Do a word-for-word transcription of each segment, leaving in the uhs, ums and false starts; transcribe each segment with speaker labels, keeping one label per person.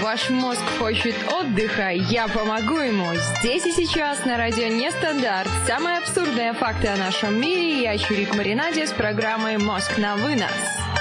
Speaker 1: Ваш мозг хочет отдыха, я помогу ему. Здесь и сейчас на радио Нестандарт. Самые абсурдные факты о нашем мире. Я Чирик Маринаде с программой «Мозг на вынос».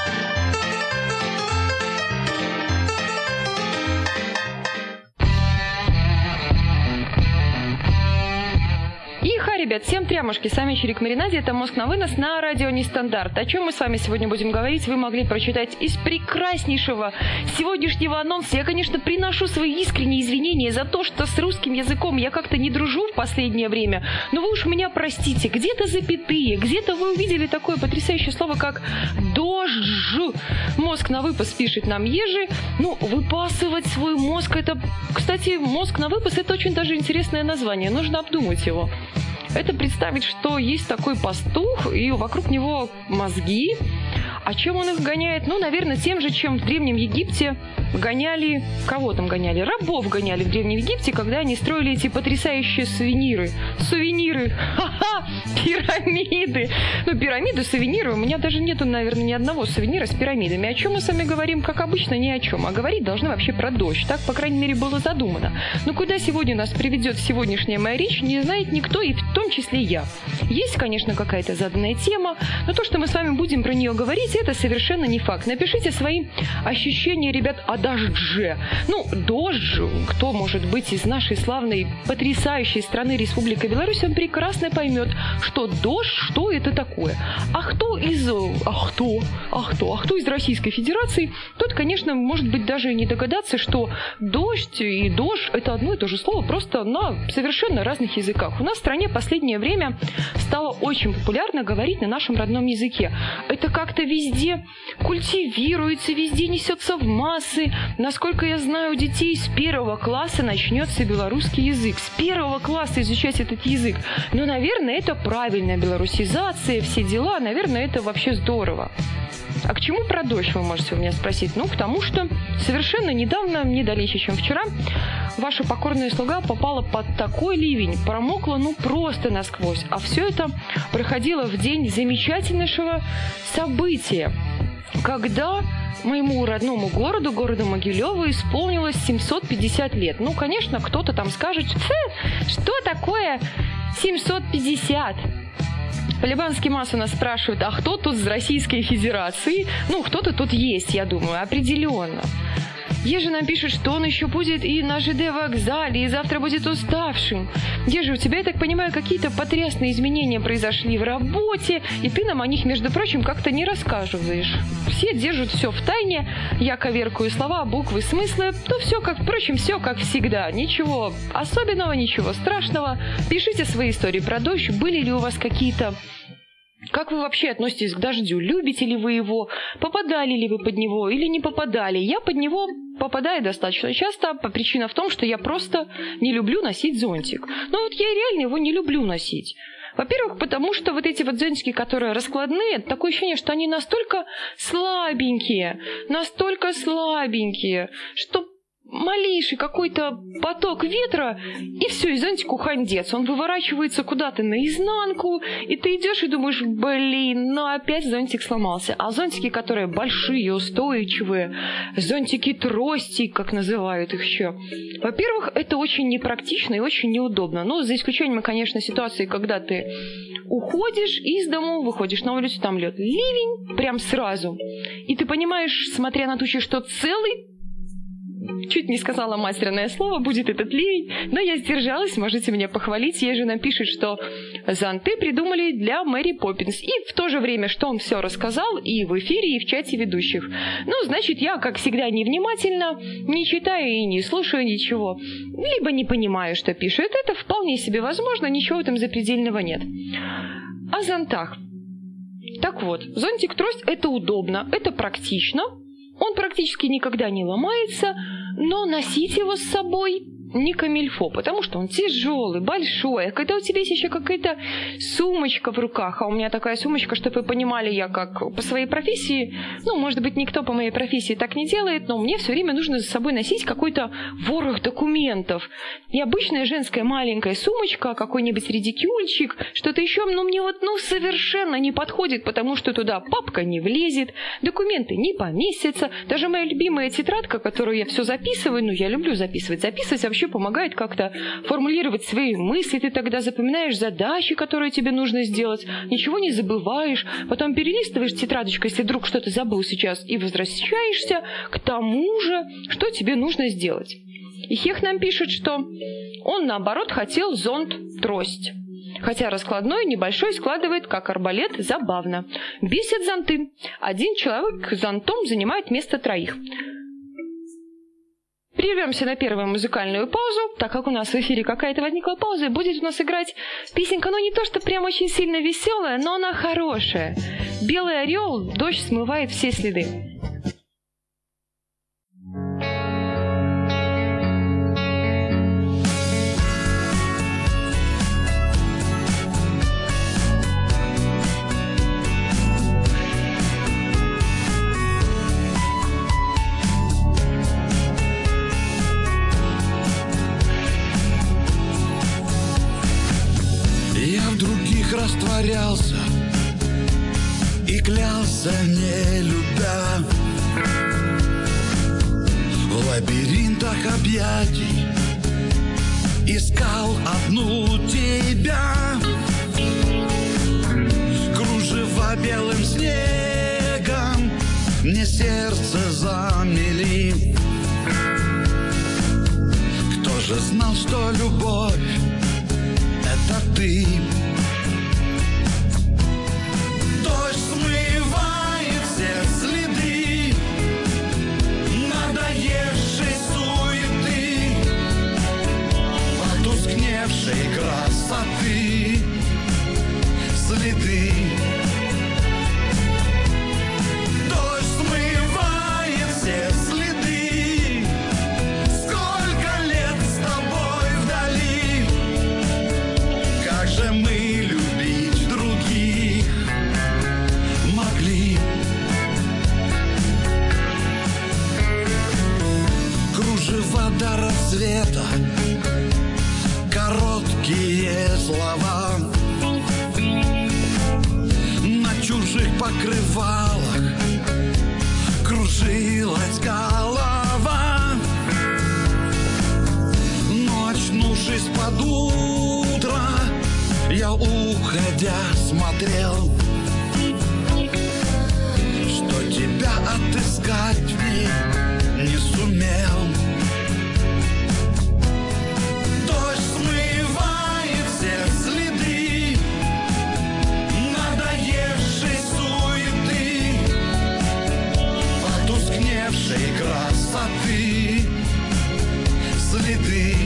Speaker 1: Ребят, всем трямушки, с вами Чирик Маринаде, это «Мозг на вынос» на радио Нестандарт. О чем мы с вами сегодня будем говорить, вы могли прочитать из прекраснейшего сегодняшнего анонса. Я, конечно, приношу свои искренние извинения за то, что с русским языком я как-то не дружу в последнее время, но вы уж меня простите, где-то запятые, где-то вы увидели такое потрясающее слово, как «дождь». Мозг на выпас пишет нам Ежи. Ну, выпасывать свой мозг, это, кстати, мозг на выпас, это очень даже интересное название, нужно обдумать его. Это представить, что есть такой пастух, и вокруг него мозги. А чем он их гоняет? Ну, наверное, тем же, чем в Древнем Египте гоняли... Кого там гоняли? Рабов гоняли в Древнем Египте, когда они строили эти потрясающие сувениры. Сувениры! Ха-ха! Пирамиды! Ну, пирамиды, сувениры. У меня даже нету, наверное, ни одного сувенира с пирамидами. О чем мы с вами говорим? Как обычно, ни о чем. А говорить должны вообще про дождь. Так, по крайней мере, было задумано. Но куда сегодня нас приведет сегодняшняя моя речь, не знает никто, и в том числе я. Есть, конечно, какая-то заданная тема, но то, что мы с вами будем про нее говорить, это совершенно не факт. Напишите свои ощущения, ребят, о дождже. Ну, дождь, кто может быть из нашей славной, потрясающей страны Республика Беларусь, он прекрасно поймет, что дождь, что это такое. А кто из... А кто? А кто? А кто из Российской Федерации? Тот, конечно, может быть даже не догадаться, что дождь и дождь это одно и то же слово, просто на совершенно разных языках. У нас в стране в последнее время стало очень популярно говорить на нашем родном языке. Это как-то везде культивируется, везде несется в массы. Насколько я знаю, у детей с первого класса начнется белорусский язык. С первого класса изучать этот язык. Но, наверное, это правильная белорусизация, все дела. Наверное, это вообще здорово. А к чему про дождь, вы можете у меня спросить? Ну, к тому, что совершенно недавно, не далее, чем вчера, ваша покорная слуга попала под такой ливень, промокла ну просто насквозь. А все это проходило в день замечательнейшего события, когда моему родному городу, городу Могилеву, исполнилось семьсот пятьдесят лет. Ну, конечно, кто-то там скажет, что такое семьсот пятьдесят? По-либански масса нас спрашивают, а кто тут из Российской Федерации? Ну, кто-то тут есть, я думаю, определенно. Ежи нам пишет, что он еще будет и на ЖД вокзале, и завтра будет уставшим. Ежи, у тебя, я так понимаю, какие-то потрясные изменения произошли в работе, и ты нам о них, между прочим, как-то не рассказываешь. Все держат все в тайне, я коверкаю слова, буквы, смыслы, то все как, впрочем, все как всегда. Ничего особенного, ничего страшного. Пишите свои истории про дождь, были ли у вас какие-то... Как вы вообще относитесь к дождю? Любите ли вы его? Попадали ли вы под него или не попадали? Я под него попадаю достаточно часто, по причине в том, что я просто не люблю носить зонтик. Ну вот я реально его не люблю носить. Во-первых, потому что вот эти вот зонтики, которые раскладные, такое ощущение, что они настолько слабенькие, настолько слабенькие, что... малейший какой-то поток ветра, и все, и зонтик ухандец. Он выворачивается куда-то наизнанку, и ты идешь и думаешь, блин, ну опять зонтик сломался. А зонтики, которые большие, устойчивые, зонтики-трости, как называют их еще, во-первых, это очень непрактично и очень неудобно. Ну, за исключением, конечно, ситуации, когда ты уходишь из дому, выходишь на улицу, там лед, ливень, прям сразу. И ты понимаешь, смотря на тучи, что целый, чуть не сказала матерное слово, будет этот ливень, но я сдержалась, можете меня похвалить. Ей же напишет, что зонты придумали для Мэри Поппинс. И в то же время, что он все рассказал и в эфире, и в чате ведущих. Ну, значит, я, как всегда, невнимательно, не читаю и не слушаю ничего. Либо не понимаю, что пишет. Это вполне себе возможно, ничего в этом запредельного нет. О зонтах. Так вот, зонтик-трость – это удобно, это практично. Он практически никогда не ломается, но носить его с собой не камильфо, потому что он тяжелый, большой. А когда у тебя есть еще какая-то сумочка в руках, а у меня такая сумочка, чтобы вы понимали, я как по своей профессии, ну, может быть, никто по моей профессии так не делает, но мне все время нужно за собой носить какой-то ворох документов. И обычная женская маленькая сумочка, какой-нибудь редикюльчик, что-то еще, но мне вот, ну, совершенно не подходит, потому что туда папка не влезет, документы не поместятся. Даже моя любимая тетрадка, которую я все записываю, ну, я люблю записывать, записывать вообще помогает как-то формулировать свои мысли, ты тогда запоминаешь задачи, которые тебе нужно сделать, ничего не забываешь, потом перелистываешь тетрадочку, если вдруг что-то забыл сейчас, и возвращаешься к тому же, что тебе нужно сделать. И Хех нам пишет, что он, наоборот, хотел зонт-трость. Хотя раскладной, небольшой, складывает, как арбалет, забавно. Бесит зонты. Один человек зонтом занимает место троих. Прервемся на первую музыкальную паузу, так как у нас в эфире какая-то возникла пауза, и будет у нас играть песенка, ну не то, что прям очень сильно веселая, но она хорошая. «Белый орел», «Дождь смывает все следы».
Speaker 2: Растворялся и клялся, не любя, в лабиринтах объятий искал одну тебя. Кружева белым снегом мне сердце замели. Кто же знал, что любовь — это ты? Красоты, следы. Дождь смывает все следы. Сколько лет с тобой вдали. Как же мы любить других могли. Кружева до рассвета, короткие слова на чужих покрывалах кружилась голова. Но очнувшись под утро, я, уходя, смотрел, что тебя отыскать в ней не сумел. Красоты, следы.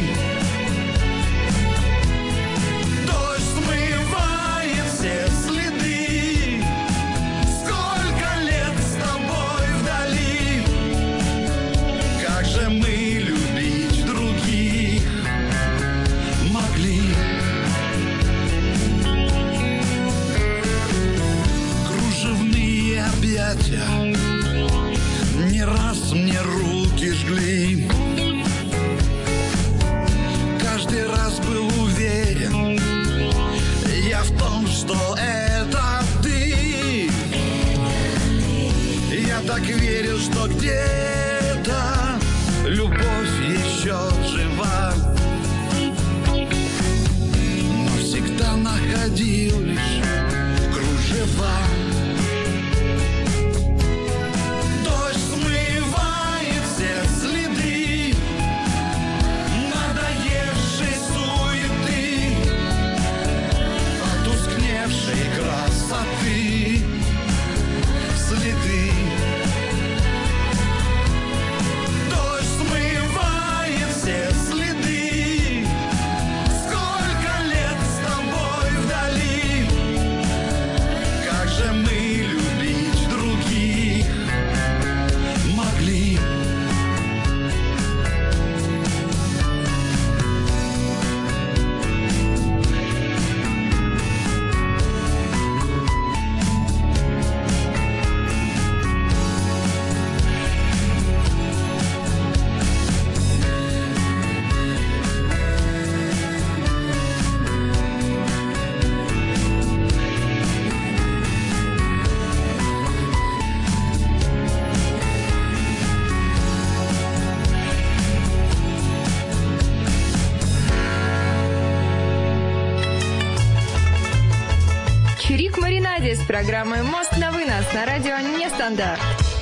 Speaker 2: Дождь смывает все следы. Сколько лет с тобой вдали. Как же мы любить других могли. Кружевные объятия не раз мне руки жгли. Каждый раз был уверен я в том, что это ты. Я так верил, что где-то любовь еще жива, но всегда находил лишь кружева. Красоты, следы. Дождь смывает все следы. Сколько лет с тобой вдали.
Speaker 3: Геннадий с программой «Мозг на вынос» на радио Нестандарт.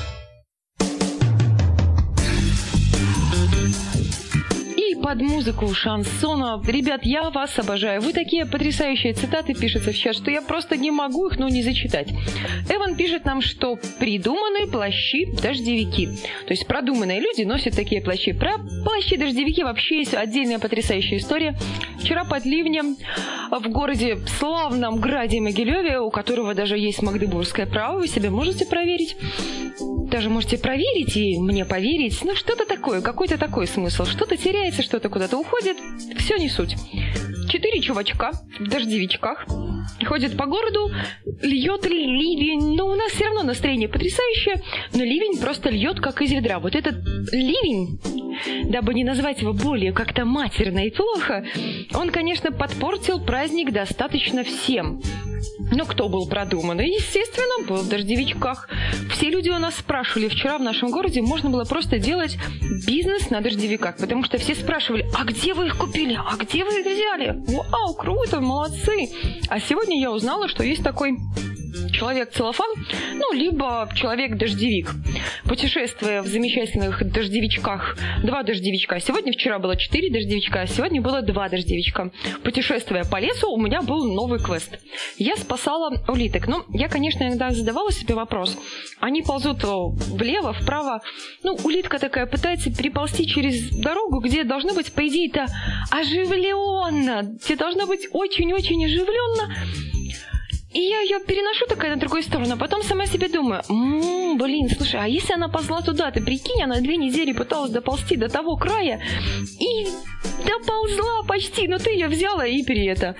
Speaker 1: Под музыку шансона. Ребят, я вас обожаю. Вы такие потрясающие цитаты пишутся в чат, что я просто не могу их, ну, не зачитать. Эван пишет нам, что придуманы плащи-дождевики. То есть продуманные люди носят такие плащи. Про плащи-дождевики вообще есть отдельная потрясающая история. Вчера под ливнем в городе, славном граде Могилеве, у которого даже есть магдебургское право, вы себе можете проверить. Даже можете проверить и мне поверить. Ну, что-то такое, какой-то такой смысл. Что-то теряется, что-то куда-то уходит. Все не суть. Четыре чувачка в дождевичках ходят по городу, льет ливень. Но у нас все равно настроение потрясающее, но ливень просто льет, как из ведра. Вот этот ливень, дабы не назвать его более как-то матерно и плохо, он, конечно, подпортил праздник достаточно всем. Но кто был продуман? Естественно, был в дождевичках. Все люди у нас спрашивали вчера в нашем городе, можно было просто делать бизнес на дождевиках, потому что все спрашивали, а где вы их купили? А где вы их взяли? Вау, круто, молодцы! А сегодня я узнала, что есть такой человек-целлофан, ну, либо человек-дождевик. Путешествуя в замечательных дождевичках, два дождевичка. Сегодня, вчера было четыре дождевичка, а сегодня было два дождевичка. Путешествуя по лесу, у меня был новый квест. Я спасала улиток. Ну, я, конечно, иногда задавала себе вопрос. Они ползут влево, вправо. Ну, улитка такая пытается переползти через дорогу, где должно быть, по идее-то, оживленно. Где должно быть очень-очень оживленно. И я ее переношу такая на другую сторону, а потом сама себе думаю, м-м, блин, слушай, а если она ползла туда, ты прикинь, она две недели пыталась доползти до того края и доползла почти, но ты ее взяла и при это...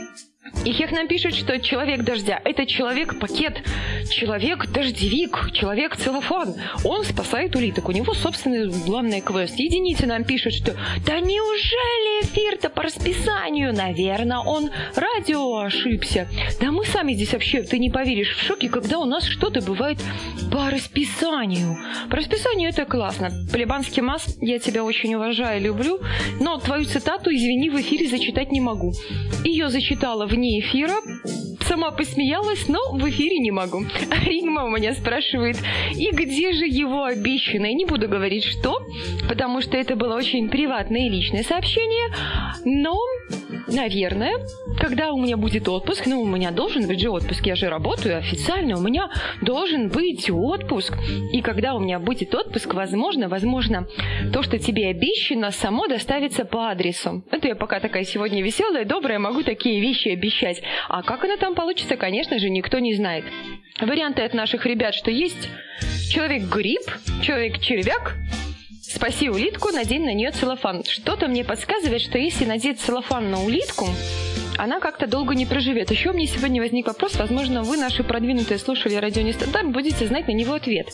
Speaker 1: И Хех нам пишет, что человек дождя – это человек-пакет, человек-дождевик, человек-целлофан. Он спасает улиток, у него собственный главный квест. Единица нам пишет, что «Да неужели эфир-то по расписанию?» Наверное, он радио ошибся. Да мы сами здесь вообще, ты не поверишь, в шоке, когда у нас что-то бывает по расписанию. По расписанию это классно. Полибанский Мас, я тебя очень уважаю, люблю, но твою цитату, извини, в эфире зачитать не могу. Ее зачитала вне эфира, сама посмеялась, но в эфире не могу. Ригма у меня спрашивает, и где же его обещанное? Не буду говорить что, потому что это было очень приватное и личное сообщение, но, наверное, когда у меня будет отпуск, ну, у меня должен быть же отпуск, я же работаю официально, у меня должен быть отпуск, и когда у меня будет отпуск, возможно, возможно, то, что тебе обещано, само доставится по адресу. Это я пока такая сегодня веселая, добрая, могу такие вещи обещать. А как она там получится, конечно же, никто не знает. Варианты от наших ребят, что есть человек-гриб, человек-червяк, спаси улитку, надень на нее целлофан. Что-то мне подсказывает, что если надеть целлофан на улитку, она как-то долго не проживет. Еще у меня сегодня возник вопрос, возможно, вы, наши продвинутые слушатели радио Нестандарт, будете знать на него ответ.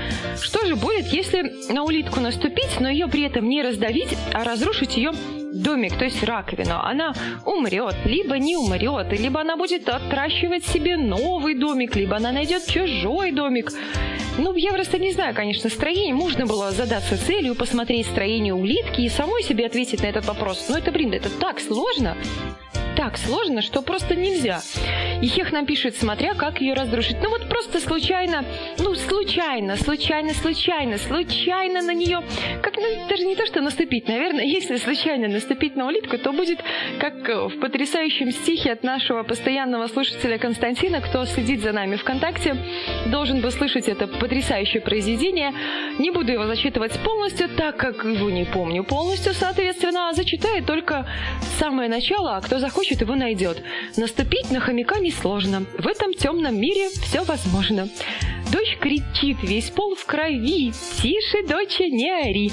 Speaker 1: Что же будет, если на улитку наступить, но ее при этом не раздавить, а разрушить ее домик, то есть раковину? Она умрет, либо не умрет, либо она будет отращивать себе новый домик, либо она найдет чужой домик. Ну, я просто не знаю, конечно, строение. Можно было задаться целью, посмотреть строение улитки и самой себе ответить на этот вопрос. Но это, блин, это так сложно. Так сложно, что просто нельзя. И Хех нам пишет, смотря как ее разрушить. Ну вот просто случайно, ну случайно, случайно, случайно, случайно на нее, как, ну, даже не то, что наступить, наверное, если случайно наступить на улитку, то будет как в потрясающем стихе от нашего постоянного слушателя Константина, кто следит за нами ВКонтакте, должен бы слышать это потрясающее произведение. Не буду его зачитывать полностью, так как его не помню полностью, соответственно, а зачитаю только самое начало, а кто захочет, его найдет. Наступить на хомяка несложно. В этом темном мире все возможно. Дождь кричит, весь пол в крови. Тише, доча, не ори.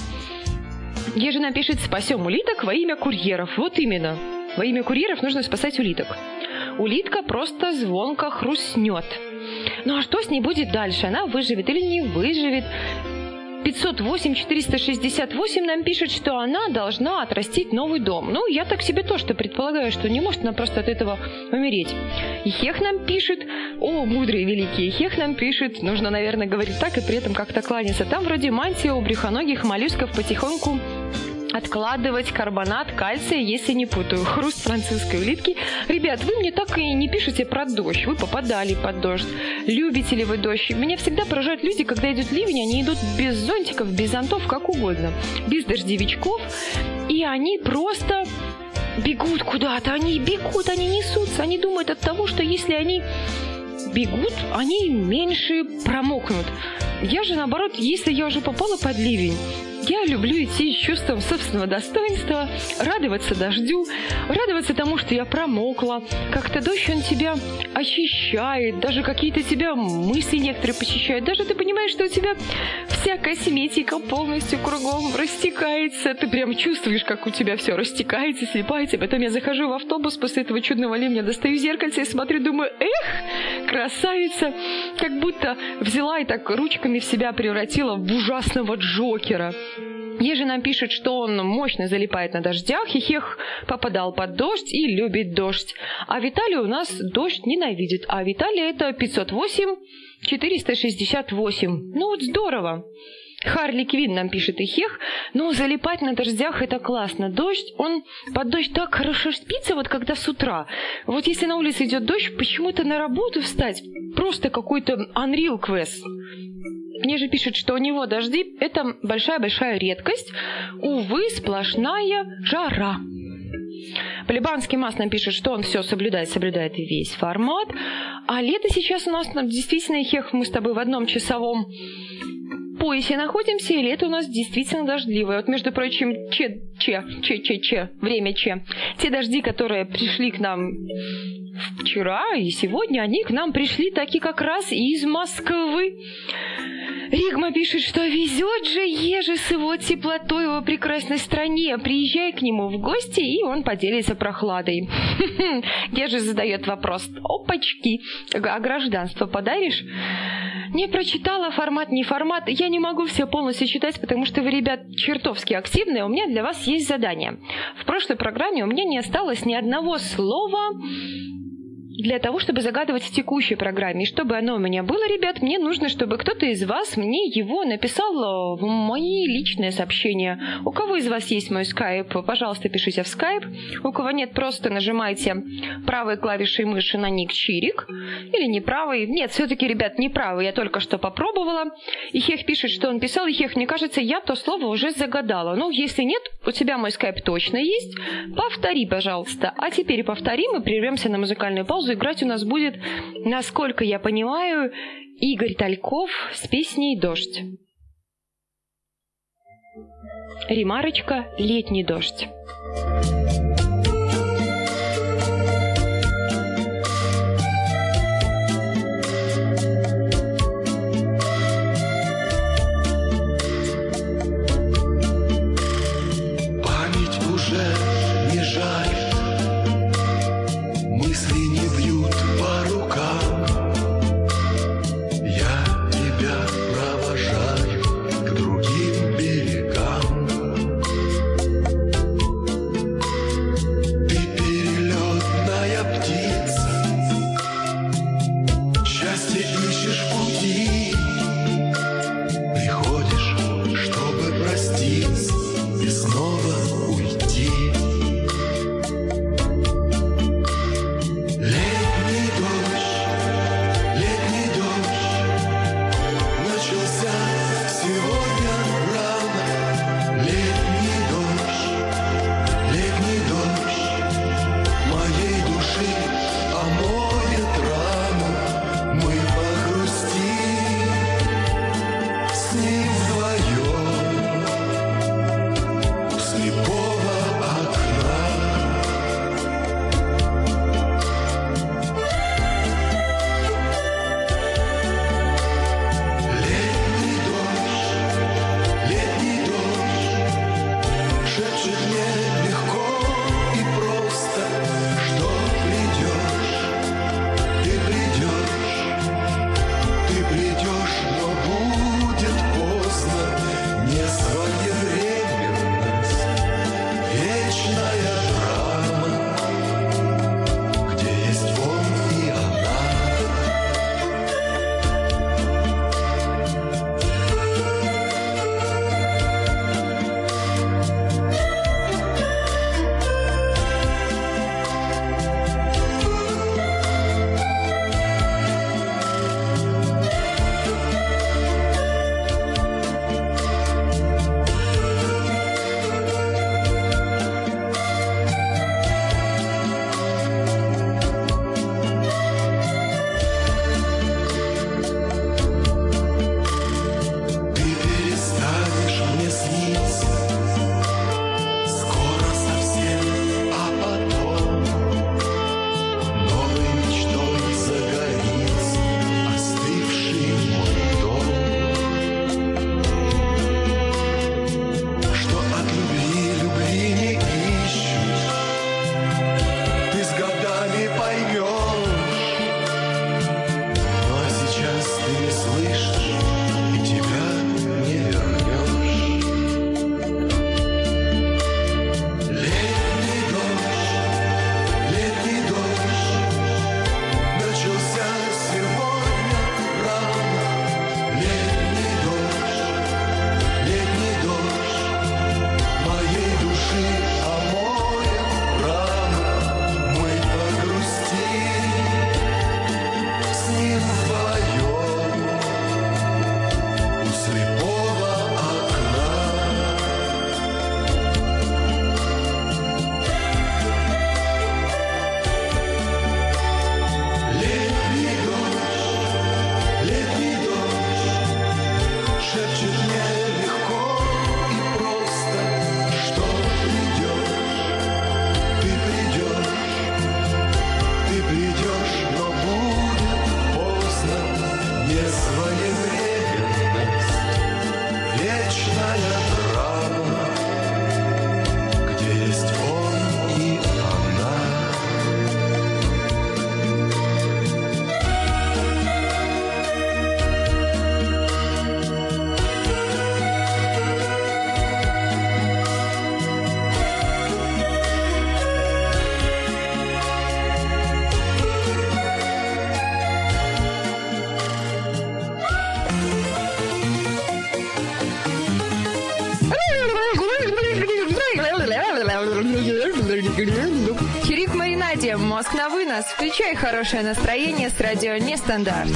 Speaker 1: Ежина пишет, спасем улиток во имя курьеров. Вот именно. Во имя курьеров нужно спасать улиток. Улитка просто звонко хрустнет. Ну а что с ней будет дальше? Она выживет или не выживет? пятьсот восемь четыреста шестьдесят восемь нам пишет, что она должна отрастить новый дом. Ну, я так себе тоже предполагаю, что не может она просто от этого умереть. И Хех нам пишет, о, мудрые великие, Хех нам пишет, нужно, наверное, говорить так и при этом как-то кланяться. Там вроде мантия у брюхоногих моллюсков потихоньку откладывать карбонат кальция, если не путаю. Хруст французской улитки. Ребят, вы мне так и не пишете про дождь. Вы попадали под дождь. Любите ли вы дождь? Меня всегда поражают люди, когда идут ливень, они идут без зонтиков, без зонтов, как угодно. Без дождевичков. И они просто бегут куда-то. Они бегут, они несутся. Они думают от того, что если они бегут, они меньше промокнут. Я же, наоборот, если я уже попала под ливень, я люблю идти с чувством собственного достоинства, радоваться дождю, радоваться тому, что я промокла. Как-то дождь, он тебя очищает, даже какие-то тебя мысли некоторые посещают. Даже ты понимаешь, что у тебя вся косметика полностью кругом растекается. Ты прям чувствуешь, как у тебя все растекается, слипается. Потом я захожу в автобус после этого чудного ливня, достаю зеркальце и смотрю, думаю, эх, красавица, как будто взяла и так ручками в себя превратила в ужасного Джокера. Ежи нам пишет, что он мощно залипает на дождях, хихех, попадал под дождь и любит дождь. А Виталий у нас дождь ненавидит. А Виталий это пятьсот восемь четыреста шестьдесят восемь. Ну вот здорово. Харли Квин нам пишет, ихех, но залипать на дождях это классно. Дождь, он под дождь так хорошо спится, вот когда с утра. Вот если на улице идет дождь, почему-то на работу встать просто какой-то Unreal Quest. Мне же пишет, что у него дожди – это большая-большая редкость. Увы, сплошная жара. Полибанский Мас нам пишет, что он все соблюдает, соблюдает весь формат. А лето сейчас у нас действительно, хех, мы с тобой в одном часовом поясе находимся, и лето у нас действительно дождливое. Вот, между прочим, че, че, че, че, че, время че. Те дожди, которые пришли к нам вчера и сегодня, они к нам пришли таки как раз из Москвы. Ригма пишет, что везет же Ежи с его теплотой в его прекрасной стране. Приезжай к нему в гости, и он поделится прохладой. Ежи задает вопрос. Опачки, а гражданство подаришь? Не прочитала, формат не формат. Я не могу все полностью читать, потому что вы, ребят, чертовски активные. У меня для вас есть задание. В прошлой программе у меня не осталось ни одного слова для того, чтобы загадывать в текущей программе. И чтобы оно у меня было, ребят, мне нужно, чтобы кто-то из вас мне его написал в мои личные сообщения. У кого из вас есть мой скайп, пожалуйста, пишите в скайп. У кого нет, просто нажимайте правой клавишей мыши на ник Чирик. Или не правой. Нет, все-таки, ребят, не правой. Я только что попробовала. И Хех пишет, что он писал. И Хех, мне кажется, я то слово уже загадала. Ну, если нет, у тебя мой скайп точно есть. Повтори, пожалуйста. А теперь повторим и прервемся на музыкальную паузу. Играть у нас будет, насколько я понимаю, Игорь Тальков с песней «Дождь». Ремарочка «Летний дождь».
Speaker 2: Память уже не жаль, мысли не бьют по рукам. Я тебя провожаю к другим берегам.
Speaker 3: Чирик Маринаде, мозг на вынос. Включай хорошее настроение с радио Нестандарт.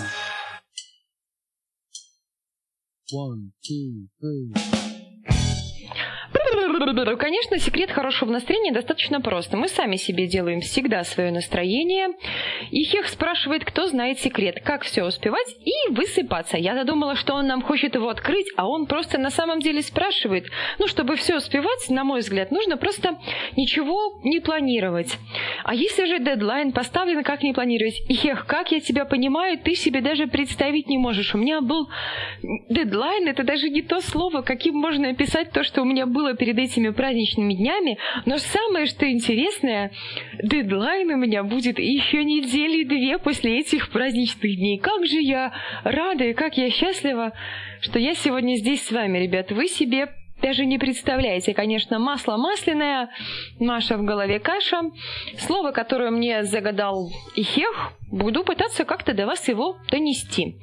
Speaker 4: One, two, three.
Speaker 1: Конечно, секрет хорошего настроения достаточно прост. Мы сами себе делаем всегда свое настроение. И Хех спрашивает, кто знает секрет, как все успевать и высыпаться. Я-то думала, что он нам хочет его открыть, а он просто на самом деле спрашивает. Ну, чтобы все успевать, на мой взгляд, нужно просто ничего не планировать. А если же дедлайн поставлен, как не планировать? И Хех, как я тебя понимаю, ты себе даже представить не можешь. У меня был дедлайн, это даже не то слово, каким можно описать то, что у меня было перед этими праздничными днями, но самое, что интересное, дедлайн у меня будет еще недели две после этих праздничных дней. Как же я рада и как я счастлива, что я сегодня здесь с вами, ребят. Вы себе даже не представляете, конечно, масло масляное, Маша в голове каша. Слово, которое мне загадал Ихех, буду пытаться как-то до вас его донести.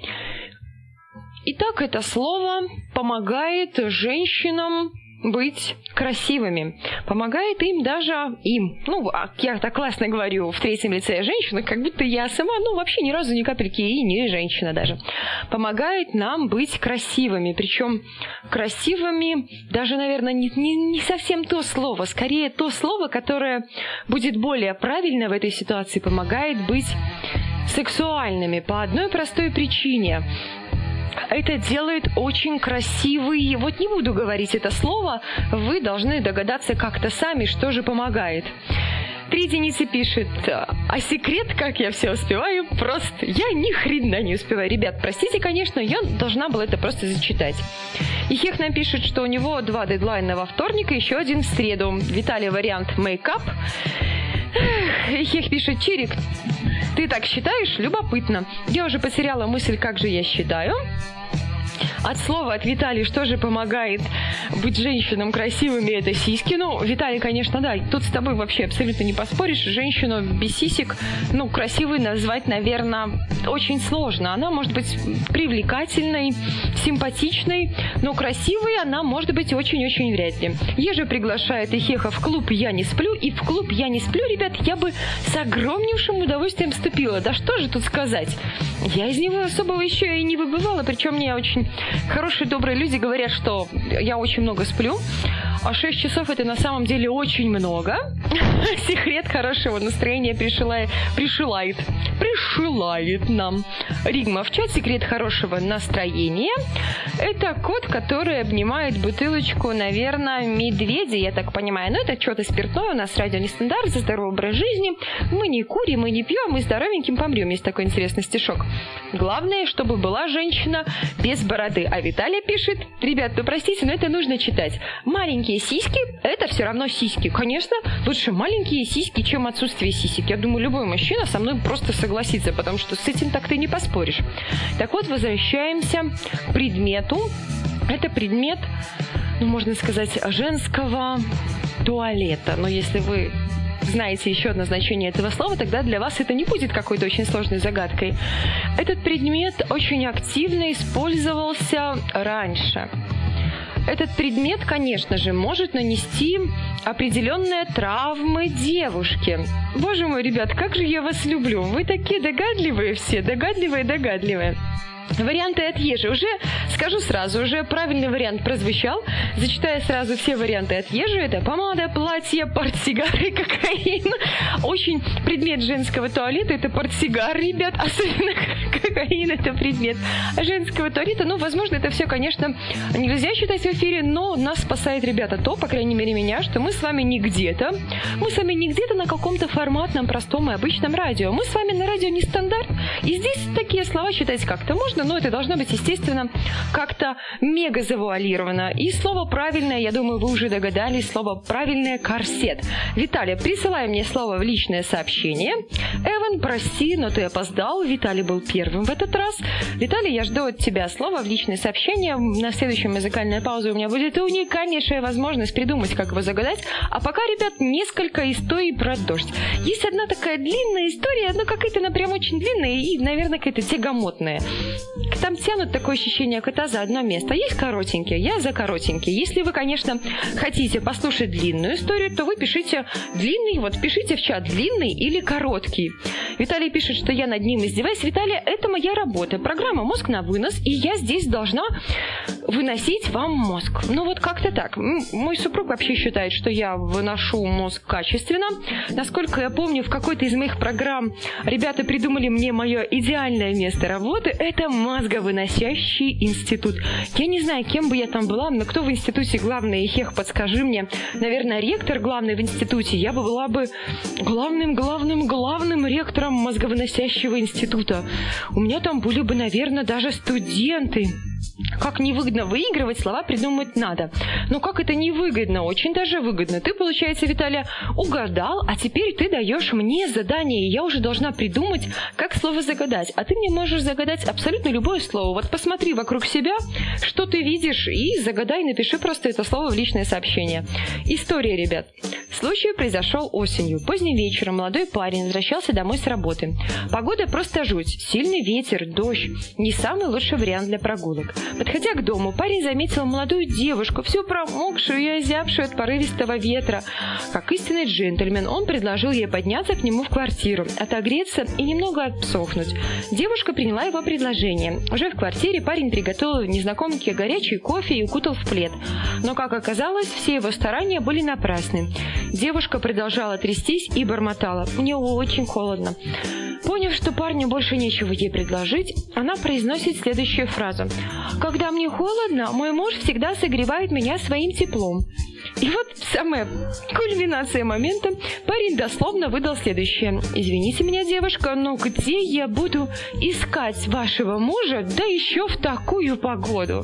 Speaker 1: Итак, это слово помогает женщинам быть красивыми. Помогает им даже им. Ну, я так классно говорю в третьем лице женщина, как будто я сама, ну, вообще ни разу ни капельки и не женщина даже. Помогает нам быть красивыми. Причем красивыми даже, наверное, не, не, не совсем то слово. Скорее, то слово, которое будет более правильно в этой ситуации, помогает быть сексуальными по одной простой причине. Это делает очень красивый, вот не буду говорить это слово, вы должны догадаться как-то сами, что же помогает. Три единицы пишет, а секрет, как я все успеваю, просто я ни хрена не успеваю. Ребят, простите, конечно, я должна была это просто зачитать. И Хех нам пишет, что у него два дедлайна во вторник и еще один в среду. Виталий вариант мейкап. И Хех пишет, Чирик, ты так считаешь? Любопытно. Я уже потеряла мысль, как же я считаю. От слова от Виталия, что же помогает быть женщинам красивыми, это сиськи. Ну, Виталий, конечно, да, тут с тобой вообще абсолютно не поспоришь. Женщину без сисек, ну, красивой назвать, наверное, очень сложно. Она может быть привлекательной, симпатичной, но красивой она может быть очень-очень вряд ли. Ежа приглашает Ихеха в клуб «Я не сплю», и в клуб «Я не сплю», ребят, я бы с огромнейшим удовольствием вступила. Да что же тут сказать? Я из него особого еще и не выбывала, причем мне очень хорошие, добрые люди говорят, что я очень много сплю, а шесть часов это на самом деле очень много. Секрет хорошего настроения пришилает, пришилает, пришилает нам Ригма в чат. Секрет хорошего настроения — это кот, который обнимает бутылочку, наверное, медведя, я так понимаю. Но это что-то спиртное, у нас радио Нестандарт, за здоровый образ жизни. Мы не курим, мы не пьем, мы здоровеньким помрем. Есть такой интересный стишок. Главное, чтобы была женщина без бороды. А Виталий пишет, ребят, ну простите, но это нужно читать. Маленькие сиськи – это все равно сиськи. Конечно, лучше маленькие сиськи, чем отсутствие сисек. Я думаю, любой мужчина со мной просто согласится, потому что с этим так ты не поспоришь. Так вот, возвращаемся к предмету. Это предмет, ну, можно сказать, женского туалета. Но если вы знаете еще одно значение этого слова, тогда для вас это не будет какой-то очень сложной загадкой. Этот предмет очень активно использовался раньше. Этот предмет, конечно же, может нанести определенные травмы девушке. Боже мой, ребят, как же я вас люблю. Вы такие догадливые все, догадливые-догадливые. Варианты от Ежи. Уже скажу сразу, уже правильный вариант прозвучал. Зачитаю сразу все варианты от Ежи. Это помада, платье, портсигары, кокаин. Очень предмет женского туалета — это портсигар, ребят. Особенно кокаин — это предмет женского туалета. Ну, возможно, это все, конечно, нельзя считать в эфире, но нас спасает, ребята, то, по крайней мере, меня, что мы с вами не где-то. Мы с вами не где-то на каком-то форматном, простом и обычном радио. Мы с вами на радио Нестандарт. И здесь такие слова считать как-то можно, но это должно быть, естественно, как-то мега завуалировано. И слово правильное, я думаю, вы уже догадались, слово правильное — корсет. Виталий, присылай мне слово в личное сообщение. Эван, прости, но ты опоздал. Виталий был первым в этот раз. Виталий, я жду от тебя слово в личное сообщение. На следующей музыкальной паузе у меня будет уникальнейшая возможность придумать, как его загадать. А пока, ребят, несколько историй про дождь. Есть одна такая длинная история, но какая-то она прям очень длинная и, наверное, какая-то тягомотная. Там тянут такое ощущение кота за одно место. Есть коротенькие, я за коротенькие. Если вы, конечно, хотите послушать длинную историю, то вы пишите длинный, вот пишите в чат длинный или короткий. Виталий пишет, что я над ним издеваюсь. Виталий, это моя работа. Программа «Мозг на вынос», и я здесь должна выносить вам мозг. Ну вот как-то так. Мой супруг вообще считает, что я выношу мозг качественно. Насколько я помню, в какой-то из моих программ ребята придумали мне мое идеальное место работы. Это мозговыносящий институт. Я не знаю, кем бы я там была, но кто в институте главный, Хех, подскажи мне. Наверное, ректор главный в институте. Я бы была бы главным, главным, главным ректором мозговыносящего института. У меня там были бы, наверное, даже студенты. Как невыгодно выигрывать, слова придумать надо. Но как это невыгодно? Очень даже выгодно. Ты, получается, Виталия, угадал, а теперь ты даешь мне задание, и я уже должна придумать, как слово загадать. А ты мне можешь загадать абсолютно любое слово. Вот посмотри вокруг себя, что ты видишь, и загадай, напиши просто это слово в личное сообщение. История, ребят. Случай произошел осенью. Поздним вечером молодой парень возвращался домой с работы. Погода просто жуть. Сильный ветер, дождь. Не самый лучший вариант для прогулок. Подходя к дому, парень заметил молодую девушку, всю промокшую и озябшую от порывистого ветра. Как истинный джентльмен, он предложил ей подняться к нему в квартиру, отогреться и немного обсохнуть. Девушка приняла его предложение. Уже в квартире парень приготовил незнакомке горячий кофе и укутал в плед. Но, как оказалось, все его старания были напрасны. Девушка продолжала трястись и бормотала: «Мне очень холодно». Поняв, что парню больше нечего ей предложить, она произносит следующую фразу: «Когда мне холодно, мой муж всегда согревает меня своим теплом». И вот самая кульминация момента. Парень дословно выдал следующее: «Извините меня, девушка, но где я буду искать вашего мужа, да еще в такую погоду?»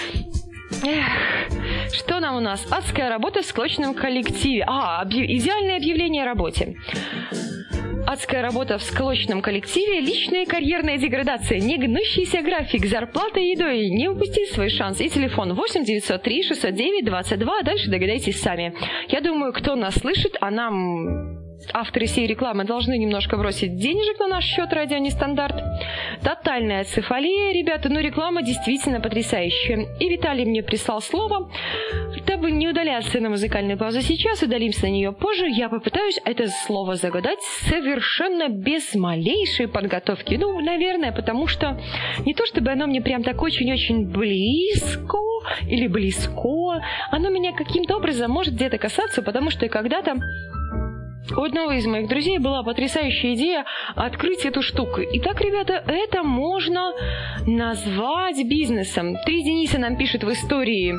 Speaker 1: Эх, что нам у нас? Адская работа в склочном коллективе. А, объ... идеальное объявление о работе. Адская работа в склочном коллективе, личная карьерная деградация, негнущийся график, зарплата и едой. Не упусти свой шанс. И телефон восемь девятьсот три шестьсот девять двадцать два. А дальше догадайтесь сами. Я думаю, кто нас слышит, а нам... авторы сей рекламы должны немножко бросить денежек на наш счет «Радио Нестандарт». Тотальная цифалия, ребята, но реклама действительно потрясающая. И Виталий мне прислал слово. Дабы не удаляться на музыкальную паузу сейчас, удалимся на нее позже, я попытаюсь это слово загадать совершенно без малейшей подготовки. Ну, наверное, потому что не то чтобы оно мне прям так очень-очень близко или близко, оно меня каким-то образом может где-то касаться, потому что когда-то у одного из моих друзей была потрясающая идея открыть эту штуку. Итак, ребята, это можно назвать бизнесом. Три Дениса нам пишет в истории.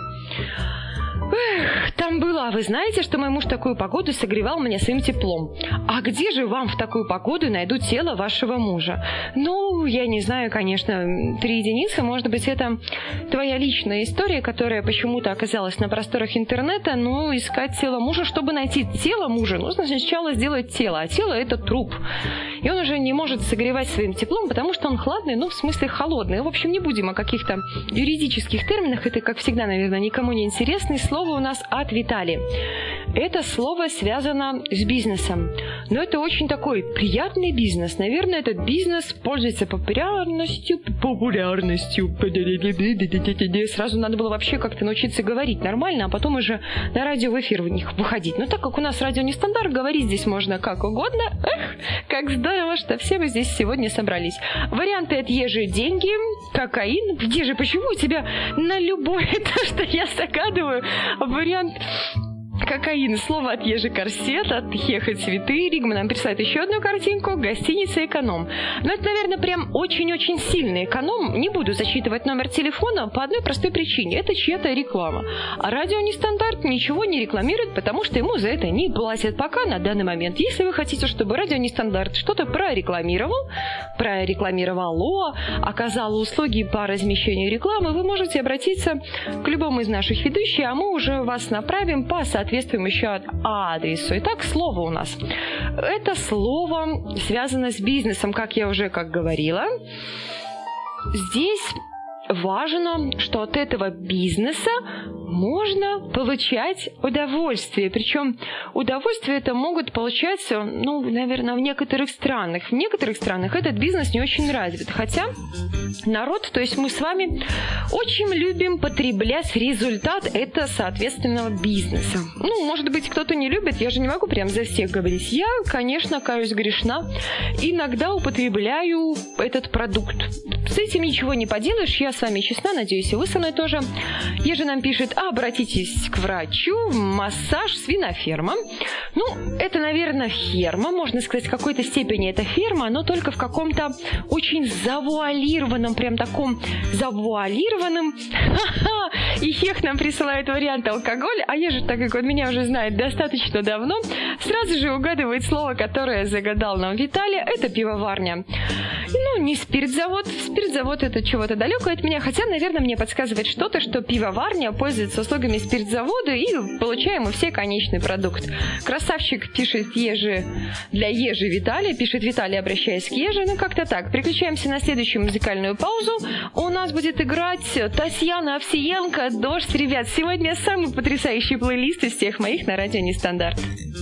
Speaker 1: Эх, там было, вы знаете, что мой муж в такую погоду согревал меня своим теплом. А где же вам в такую погоду найдут тело вашего мужа? Ну, я не знаю, конечно, Три единицы, может быть, это твоя личная история, которая почему-то оказалась на просторах интернета, но искать тело мужа, чтобы найти тело мужа, нужно сначала сделать тело, а тело — это труп. И он уже не может согревать своим теплом, потому что он хладный, ну, в смысле холодный. В общем, не будем о каких-то юридических терминах, это, как всегда, наверное, никому не интересный. Слово у нас от Виталия. Это слово связано с бизнесом. Но это очень такой приятный бизнес. Наверное, этот бизнес пользуется популярностью. Популярностью. Сразу надо было вообще как-то научиться говорить нормально, а потом уже на радио в эфир в них выходить. Но так как у нас радио Нестандарт, говорить здесь можно как угодно. Эх, как здорово, что все мы здесь сегодня собрались. Варианты от Ежи: деньги, кокаин. Ежи, почему у тебя на любое то, что я загадываю, вариант кокаин? Слово от Ежи: корсет, от Хеха цветы. Ригма нам присылает еще одну картинку: гостиница эконом. Но это, наверное, прям очень-очень сильный эконом. Не буду зачитывать номер телефона по одной простой причине: это чья-то реклама. А радио Нестандарт ничего не рекламирует, потому что ему за это не платят пока на данный момент. Если вы хотите, чтобы радио Нестандарт что-то прорекламировал, прорекламировало, оказало услуги по размещению рекламы, вы можете обратиться к любому из наших ведущих, а мы уже вас направим по соответствующему еще адресу. Итак, слово у нас. Это слово связано с бизнесом, как я уже как говорила. Здесь важно, что от этого бизнеса можно получать удовольствие. Причем удовольствие это могут получаться, ну, наверное, в некоторых странах. В некоторых странах этот бизнес не очень развит. Хотя народ, то есть мы с вами очень любим потреблять результат это соответственного бизнеса. Ну, может быть, кто-то не любит, я же не могу прям за всех говорить. Я, конечно, каюсь грешна, иногда употребляю этот продукт. С этим ничего не поделаешь, я с вами честна, надеюсь, и вы со мной тоже. Ежа нам пишет, обратитесь к врачу, массаж, свиноферма. Ну, это, наверное, ферма, можно сказать, в какой-то степени это ферма, но только в каком-то очень завуалированном, прям таком завуалированном. Ха-ха! И Хех нам присылает вариант алкоголь, а Ежа, так как он меня уже знает достаточно давно, сразу же угадывает слово, которое загадал нам Виталий, это пивоварня. Ну, не спиртзавод, спиртзавод это чего-то далекое от меня, хотя, наверное, мне подсказывает что-то, что пивоварня пользуется услугами спиртзавода и получаем мы все конечный продукт. Красавчик пишет Ежи для Ежи Виталий, пишет Виталий, обращаясь к Еже, ну как-то так. Переключаемся на следующую музыкальную паузу. У нас будет играть Татьяна Овсиенко, «Дождь». Ребят, сегодня самый потрясающий плейлист из всех моих на радио Нестандарт.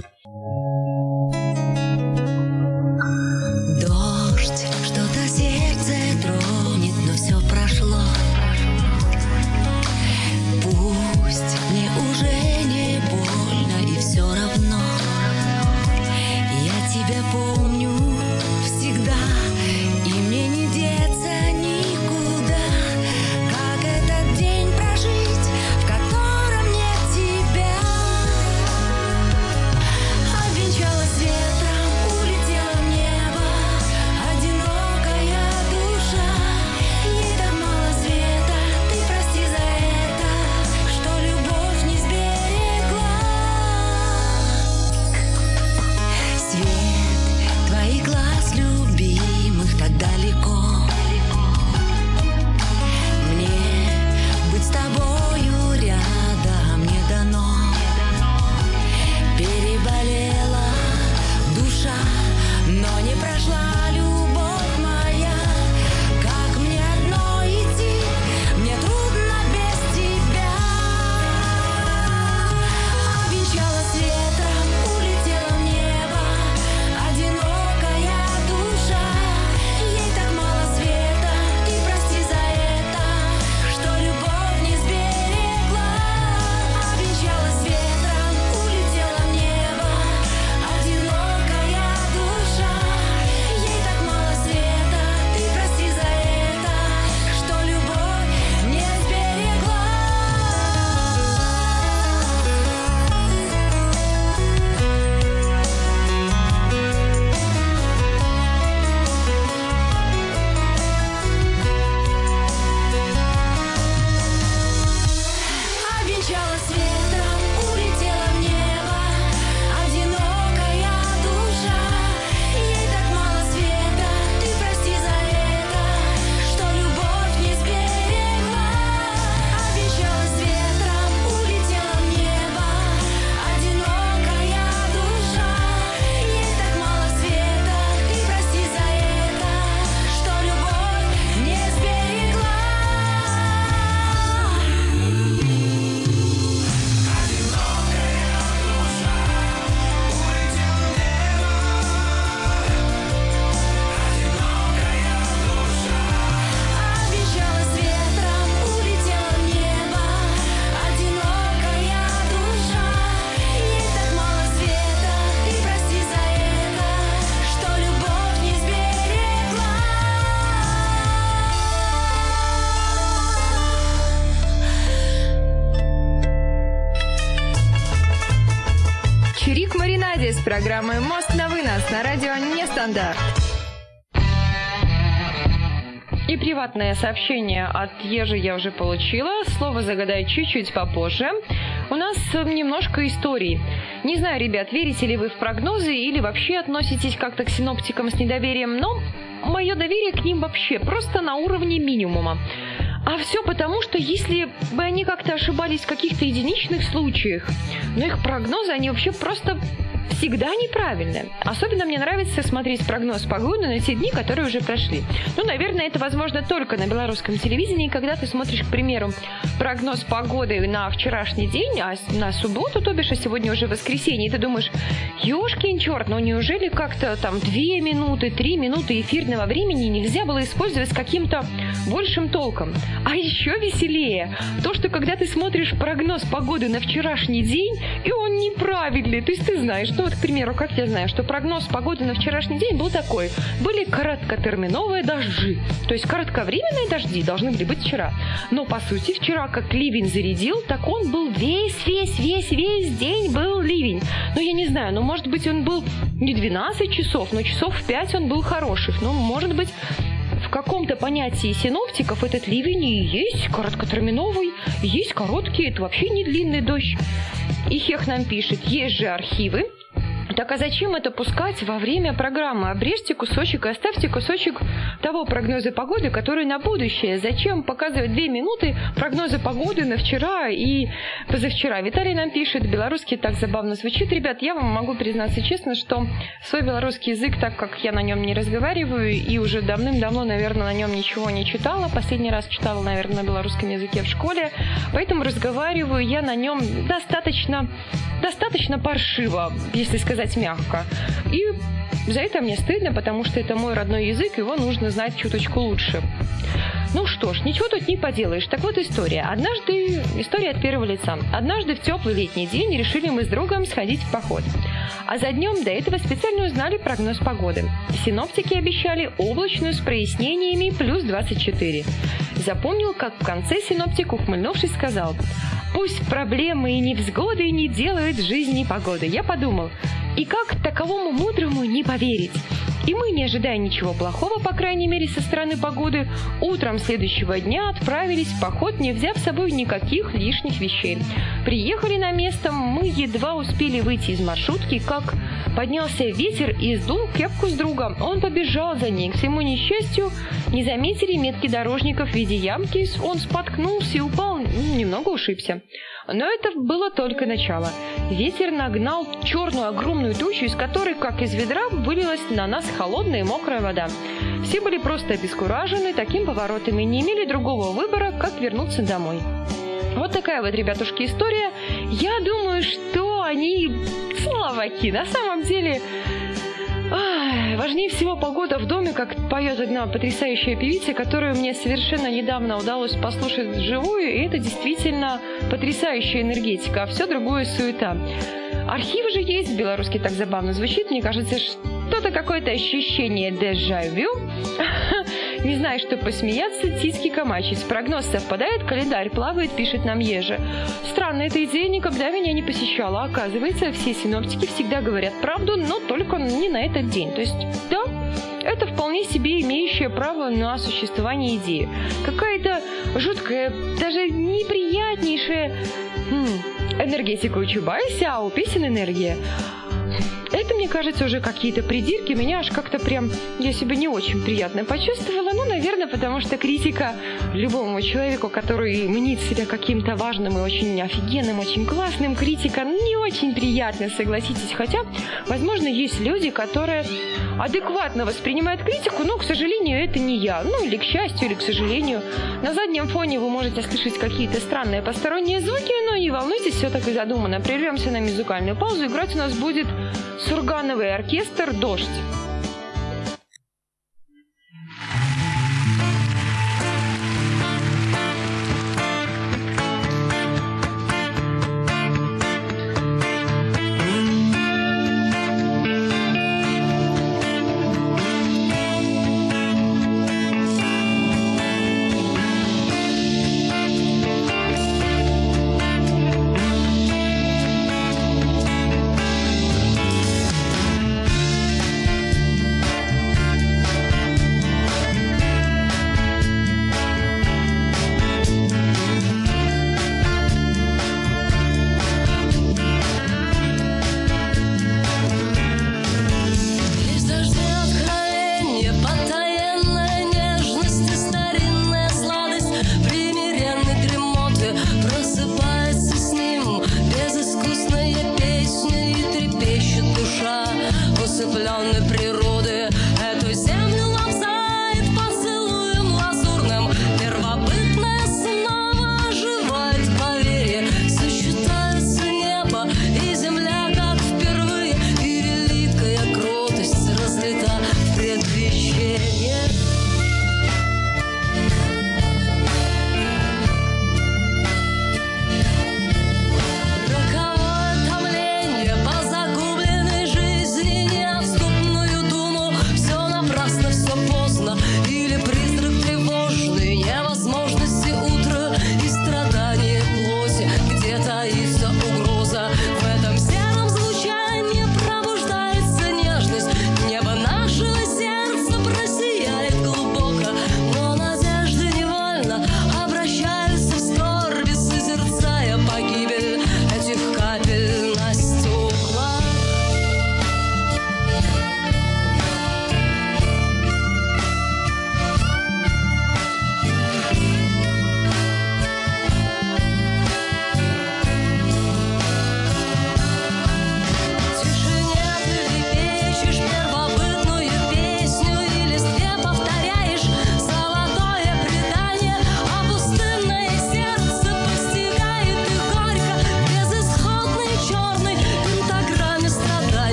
Speaker 3: Чирик Маринаде с программой «Мост на вынос» на радио Нестандарт.
Speaker 1: И приватное сообщение от Ежи я уже получила. Слово загадаю чуть-чуть попозже. У нас немножко истории. Не знаю, ребят, верите ли вы в прогнозы или вообще относитесь как-то к синоптикам с недоверием, но мое доверие к ним вообще просто на уровне минимума. А все потому, что если бы они как-то ошибались в каких-то единичных случаях, но их прогнозы, они вообще просто всегда неправильно. Особенно мне нравится смотреть прогноз погоды на те дни, которые уже прошли. Ну, наверное, это возможно только на белорусском телевидении, когда ты смотришь, к примеру, прогноз погоды на вчерашний день, а на субботу, то бишь, а сегодня уже воскресенье, и ты думаешь, ёшкин черт, ну неужели как-то там две минуты, три минуты эфирного времени нельзя было использовать с каким-то большим толком? А еще веселее то, что когда ты смотришь прогноз погоды на вчерашний день, и он неправильный, то есть ты знаешь, ну вот, к примеру, как я знаю, что прогноз погоды на вчерашний день был такой, были короткотерминовые дожди, то есть коротковременные дожди должны были быть вчера, но по сути вчера как ливень зарядил, так он был весь, весь, весь, весь день был ливень. Ну я не знаю, ну может быть он был не двенадцать часов, но часов в пять он был хороших, ну может быть в каком-то понятии синоптиков этот ливень и есть короткотерминовый, есть короткий, это вообще не длинный дождь. И Хех нам пишет, есть же архивы. Так а зачем это пускать во время программы? Обрежьте кусочек и оставьте кусочек того прогноза погоды, который на будущее. Зачем показывать две минуты прогноза погоды на вчера и позавчера? Виталий нам пишет, белорусский так забавно звучит. Ребят, я вам могу признаться честно, что свой белорусский язык, так как я на нем не разговариваю и уже давным-давно, наверное, на нем ничего не читала. Последний раз читала, наверное, на белорусском языке в школе. Поэтому разговариваю я на нем достаточно, достаточно паршиво, если сказать мягко. И за это мне стыдно, потому что это мой родной язык, его нужно знать чуточку лучше. Ну что ж, ничего тут не поделаешь. Так вот история. Однажды, история от первого лица. Однажды в теплый летний день решили мы с другом сходить в поход. А за днем до этого специально узнали прогноз погоды. Синоптики обещали облачную с прояснениями плюс двадцать четыре. Запомнил, как в конце синоптик, ухмыльнувшись, сказал: «Пусть проблемы и невзгоды не делают жизни погоды». Я подумал, и как таковому мудрому не поверить? И мы, не ожидая ничего плохого, по крайней мере, со стороны погоды, утром следующего дня отправились в поход, не взяв с собой никаких лишних вещей. Приехали на место, мы едва успели выйти из маршрутки, как поднялся ветер и сдул кепку с друга. Он побежал за ней. К своему несчастью, не заметили метки дорожников в виде ямки. Он споткнулся и упал, немного ушибся. Но это было только начало. Ветер нагнал черную огромную тучу, из которой, как из ведра, вылилась на нас холодная и мокрая вода. Все были просто обескуражены таким поворотом и не имели другого выбора, как вернуться домой. Вот такая вот, ребятушки, история. Я думаю, что они слабаки. На самом деле... Ах, важнее всего погода в доме, как поет одна потрясающая певица, которую мне совершенно недавно удалось послушать вживую, и это действительно потрясающая энергетика, а все другое суета. Архивы же есть, белорусский так забавно звучит, мне кажется, что-то какое-то ощущение дежавю. Не знаю, что посмеяться, тиски камачить. Прогноз совпадает, календарь плавает, пишет нам Ежа. Странно, эта идея никогда меня не посещала. Оказывается, все синоптики всегда говорят правду, но только не на этот день. То есть, да, это вполне себе имеющее право на существование идеи. Какая-то жуткая, даже неприятнейшая хм, энергетика у Чубайса, а у песен энергия. Это, мне кажется, уже какие-то придирки. Меня аж как-то прям, я себя не очень приятно почувствовала. Ну, наверное, потому что критика любому человеку, который мнит себя каким-то важным и очень офигенным, очень классным, критика не очень приятно, согласитесь. Хотя, возможно, есть люди, которые адекватно воспринимают критику, но, к сожалению, это не я. Ну, или к счастью, или к сожалению. На заднем фоне вы можете слышать какие-то странные посторонние звуки, но не волнуйтесь, все так и задумано. Прервемся на музыкальную паузу. Играть у нас будет Сургановый оркестр «Дождь».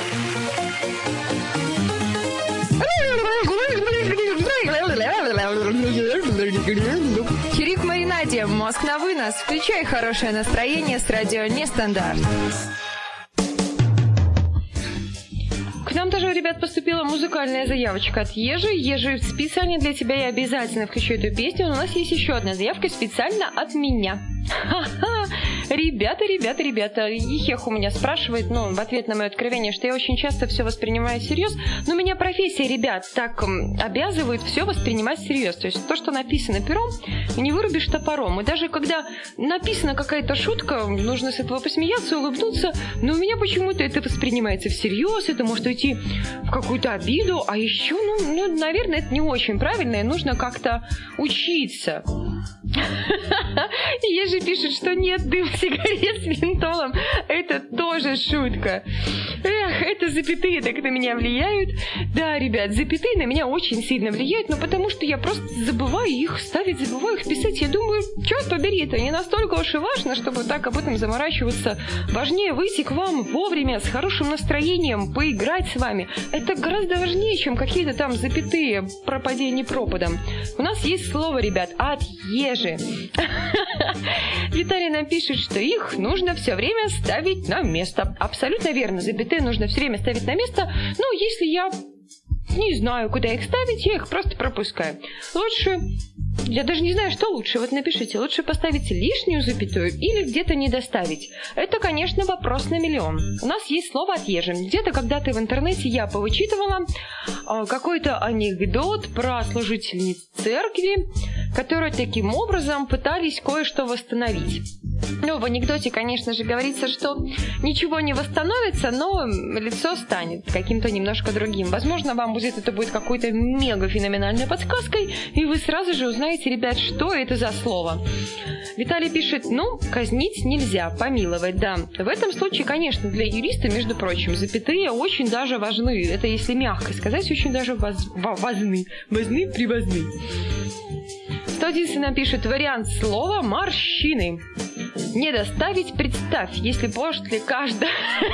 Speaker 3: Чирик в маринаде, мозг на вынос. Включай хорошее настроение с радио Нестандарт.
Speaker 1: К нам тоже, ребят, поступила музыкальная заявочка от Ежи. Ежи, специально для тебя я обязательно включу эту песню. Но у нас есть еще одна заявка специально от меня. Ха-ха! Ребята, ребята, ребята, Ехех у меня спрашивает, ну, в ответ на мое откровение, что я очень часто все воспринимаю всерьез, но меня профессия, ребят, так м, обязывает все воспринимать всерьез. То есть то, что написано пером, не вырубишь топором. И даже когда написана какая-то шутка, нужно с этого посмеяться, улыбнуться, но у меня почему-то это воспринимается всерьез, это может уйти в какую-то обиду, а еще, ну, ну наверное, это не очень правильно, и нужно как-то учиться. Ежи пишет, что нет дым сигарет с ментолом. Это тоже шутка. Эх, это запятые так на меня влияют. Да, ребят, запятые на меня очень сильно влияют, но потому что я просто забываю их ставить, забываю их писать. Я думаю, черт побери, это не настолько уж и важно, чтобы так об этом заморачиваться. Важнее выйти к вам вовремя, с хорошим настроением, поиграть с вами. Это гораздо важнее, чем какие-то там запятые пропадения пропадом. У нас есть слово, ребят, отъежи. Виталий нам пишет, что их нужно все время ставить на место. Абсолютно верно, запятые нужно все время ставить на место. Но если я не знаю, куда их ставить, я их просто пропускаю. Лучше, я даже не знаю, что лучше. Вот напишите, лучше поставить лишнюю запятую или где-то не доставить. Это, конечно, вопрос на миллион. У нас есть слово «отъежим». Где-то когда-то в интернете я повычитывала э, какой-то анекдот про служительниц церкви, которые таким образом пытались кое-что восстановить. Ну, в анекдоте, конечно же, говорится, что ничего не восстановится, но лицо станет каким-то немножко другим. Возможно, вам будет это будет какой-то мега-феноменальной подсказкой, и вы сразу же узнаете, ребят, что это за слово. Виталий пишет, ну, казнить нельзя, помиловать, да. В этом случае, конечно, для юриста, между прочим, запятые очень даже важны. Это, если мягко сказать, очень даже воз, важны. Важны, привозны. сто один нам пишет вариант слова «морщины». Не доставить, представь, если после каждого...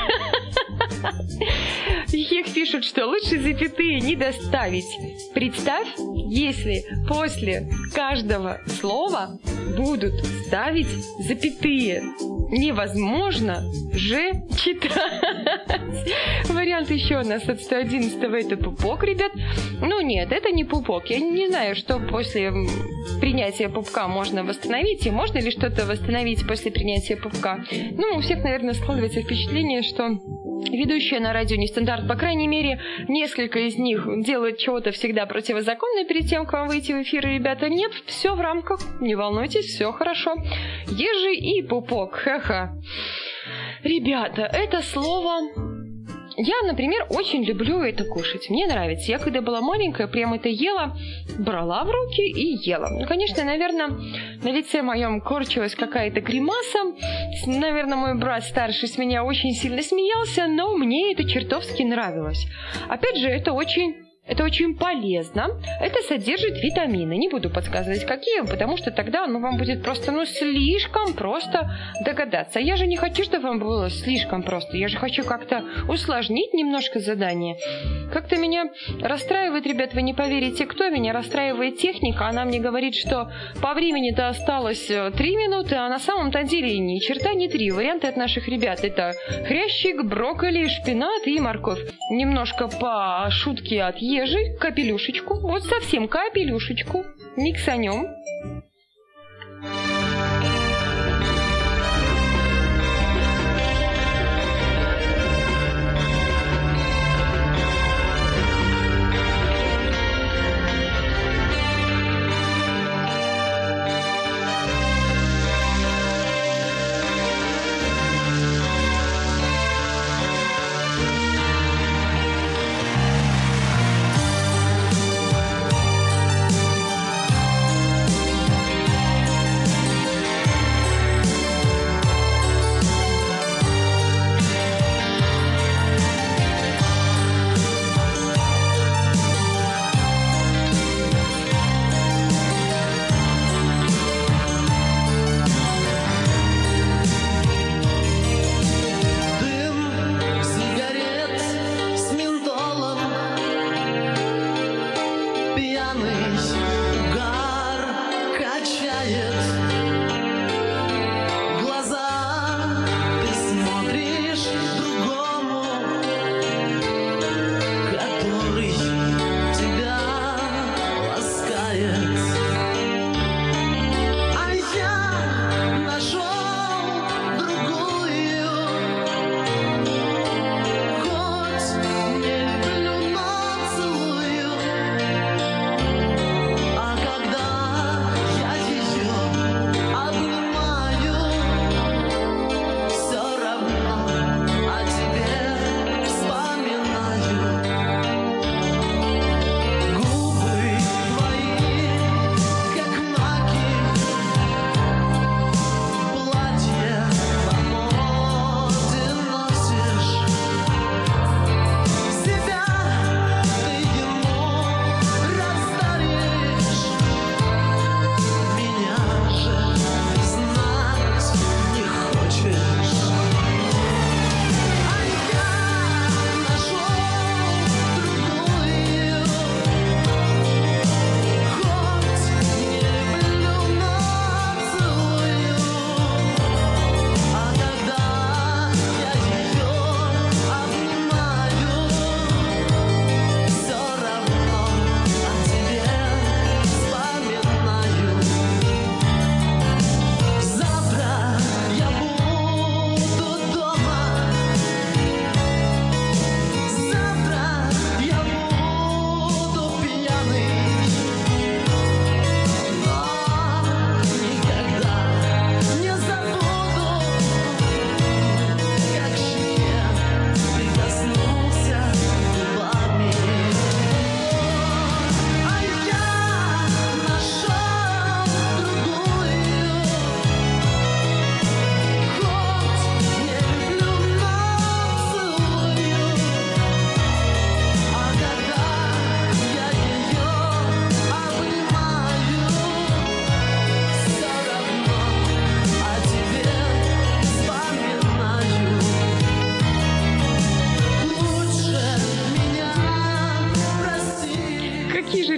Speaker 1: Хек пишет, что лучше запятые не доставить. Представь, если после каждого слова будут ставить запятые. Невозможно же читать. Вариант еще у нас от сто одиннадцатого это пупок, ребят. Ну нет, это не пупок. Я не знаю, что после принятия пупка можно восстановить, и можно ли что-то восстановить после принятия пупка. Ну, у всех, наверное, складывается впечатление, что ведущие на радио Нестандарт, по крайней мере, несколько из них делают чего-то всегда противозаконное перед тем, как вам выйти в эфир. Ребята, нет, все в рамках, не волнуйтесь, все хорошо. Ежи и пупок, ха-ха. Ребята, это слово... Я, например, очень люблю это кушать. Мне нравится. Я, когда была маленькая, прям это ела, брала в руки и ела. Ну, конечно, наверное, на лице моем корчилась какая-то гримаса. Наверное, мой брат старший с меня очень сильно смеялся, но мне это чертовски нравилось. Опять же, это очень... Это очень полезно. Это содержит витамины. Не буду подсказывать, какие, потому что тогда ну, вам будет просто ну, слишком просто догадаться. Я же не хочу, чтобы вам было слишком просто. Я же хочу как-то усложнить немножко задание. Как-то меня расстраивает, ребят, вы не поверите, кто меня расстраивает техника. Она мне говорит, что по времени-то осталось три минуты, а на самом-то деле ни черта не три. Варианты от наших ребят это хрящик, брокколи, шпинат и морковь. Немножко по шутке от Е. Ежи, капелюшечку, вот совсем капелюшечку, миксанем.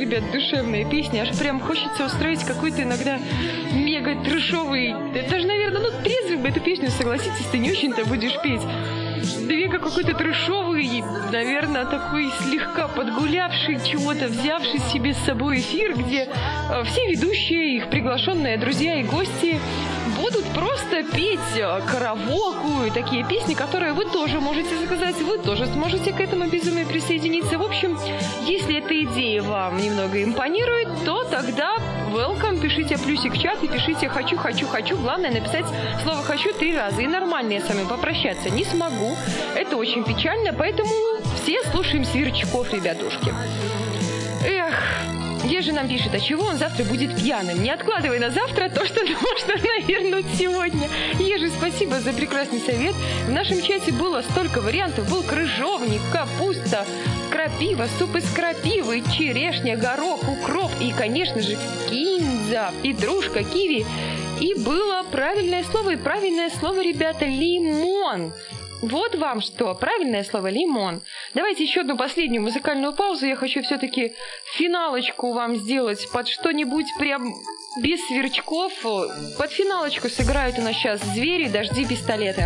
Speaker 1: ребят, душевная песня. Аж прям хочется устроить какой-то иногда мега трэшовый... Даже, наверное, ну, трезвый бы эту песню, согласитесь, ты не очень-то будешь петь. Мега какой-то трэшовый, наверное, такой слегка подгулявший чего-то, взявший себе с собой эфир, где э, все ведущие, их приглашенные друзья и гости будут просто петь караоке и такие песни, которые вы тоже можете заказать, вы тоже сможете к этому безумию присоединиться. В общем, если эта идея вам немного импонирует, то тогда welcome, пишите плюсик в чат и пишите «хочу, хочу, хочу». Главное написать слово «хочу» три раза. И нормально я с вами попрощаться не смогу. Это очень печально, поэтому все слушаем сверчков, ребятушки. Эх... Ежи нам пишет, а чего он завтра будет пьяным? Не откладывай на завтра то, что можно навернуть сегодня. Ежи, спасибо за прекрасный совет. В нашем чате было столько вариантов. Был крыжовник, капуста, крапива, суп из крапивы, черешня, горох, укроп и, конечно же, кинза, петрушка, киви. И было правильное слово, и правильное слово, ребята, лимон. Вот вам что, правильное слово лимон. Давайте еще одну последнюю музыкальную паузу. Я хочу все-таки финалочку вам сделать под что-нибудь прям без сверчков. Под финалочку сыграют у нас сейчас звери, дожди, пистолеты.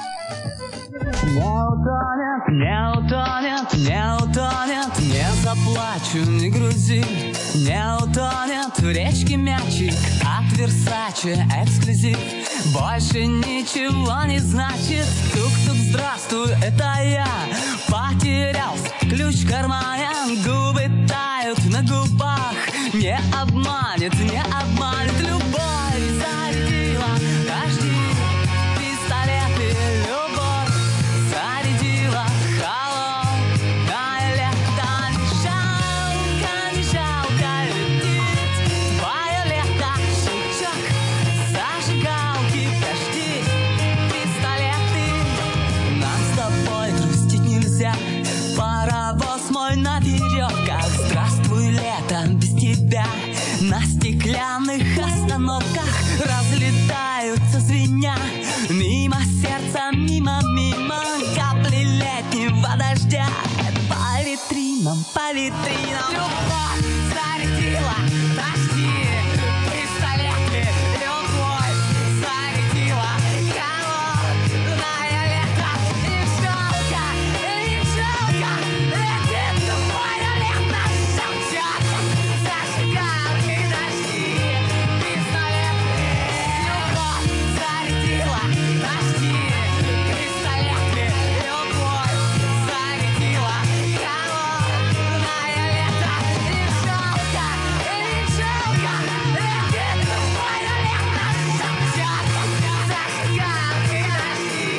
Speaker 5: Не утонет, не утонет, не утонет, не заплачу, не грузи. Не утонет в речке мячик от Версаче, эксклюзив. Больше ничего не значит. Тук-тук, здравствуй, это я. Потерялся, ключ в кармане, губы тают на губах. Не обманет, не обманет любовь. Зарядила дожди, пистолеты, любовь. Зарядила холодное лето. Не жалко, не жалко, летит твое лето. Щелчок, зажигалки, дожди, пистолеты. Нам с тобой грустить нельзя. Паровоз мой на веревках. Здравствуй, лето, без тебя. На стеклянных остановках разлетаются звеня. Мимо сердца, мимо, мимо капли летнего дождя. По витринам, по витринам любовь зарядила дожди, пистолеты, любовь зарядила холодное лето. И жалко, и жалко, летит твое лето. Щелчок, зажигалки, дожди, пистолеты, любовь зарядила дожди, пистолеты, любовь зарядила холодное лето. И жалко, и жалко, летит твое лето. Щелчок, зажигалки, дожди,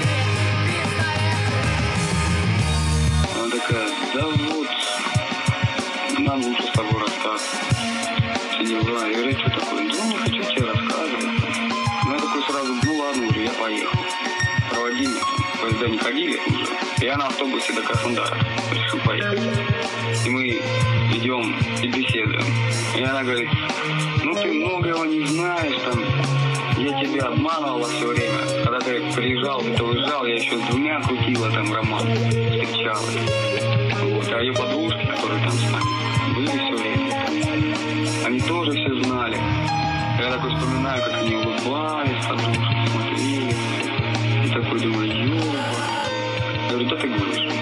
Speaker 5: пистолеты.
Speaker 6: Она такая, да вот, нам лучше с тобой рассказ. Все дела. Я говорю, что такое? Ну, не хочу тебе рассказывать. Ну, я такой сразу, ну ладно, говорю, я поехал. Проводи меня, поезда не ходили уже. Я на автобусе до Краснодара решил поехать. И мы идем и беседуем. И она говорит, ну ты многого не знаешь, там, я тебя обманывала все время. Когда ты приезжал, ты уезжал, я еще с двумя крутила там роман, встречалась. Вот. А ее подружки, которые там с нами были все время, они тоже все знали. Я такой вспоминаю, как они улыбались, подружки смотрели. И такой думаю, ёба. Я говорю, да ты говоришь.